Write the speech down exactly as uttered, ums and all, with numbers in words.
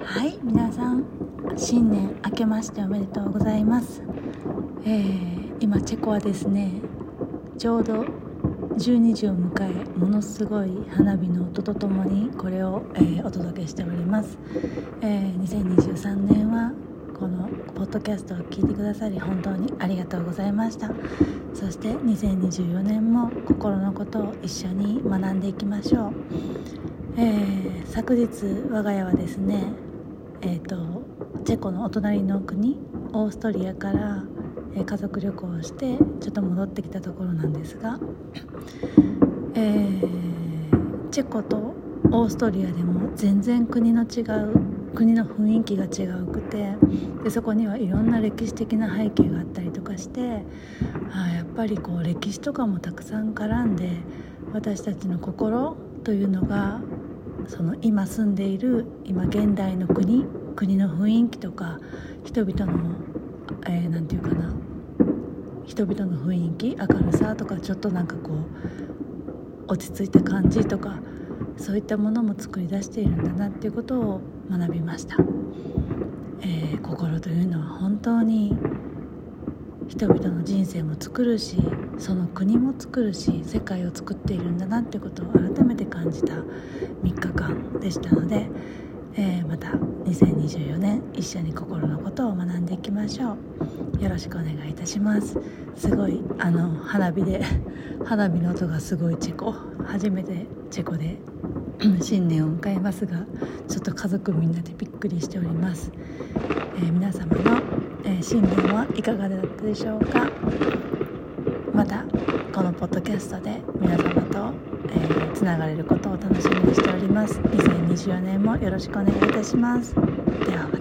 はい、皆さん新年明けましておめでとうございます。えー、今チェコはですね、ちょうどじゅうにじを迎え、ものすごい花火の音とともにこれを、えー、お届けしております。えー、にせんにじゅうさんねんはこのポッドキャストを聞いてくださり本当にありがとうございました。そしてにせんにじゅうよねんも心のことを一緒に学んでいきましょう。えー、昨日我が家はですね、えーと、チェコのお隣の国オーストリアから、えー、家族旅行をしてちょっと戻ってきたところなんですが、えー、チェコとオーストリアでも全然国の違う国の雰囲気が違うくて、でそこにはいろんな歴史的な背景があったりとかして、あやっぱりこう歴史とかもたくさん絡んで、私たちの心というのがその今住んでいる今現代の国国の雰囲気とか人々の、えー、なんていうかな人々の雰囲気、明るさとか、ちょっとなんかこう落ち着いた感じとか、そういったものも作り出しているんだなっていうことを学びました。えー、心というのは本当に人々の人生も作るし、その国も作るし、世界を作っているんだなってことを改めて感じたみっかかんでしたので、えー、またにせんにじゅうよねん一緒に心のことを学んでいきましょう。よろしくお願いいたします。すごいあの花火で花火の音がすごいチェコ、初めてチェコで新年を迎えますが、ちょっと家族みんなでびっくりしております。えー、皆様の、えー、新年はいかがだったでしょうか。またこのポッドキャストで皆様と、えー、つながれることを楽しみにしております。にせんにじゅうよねんもよろしくお願いいたします。ではまた。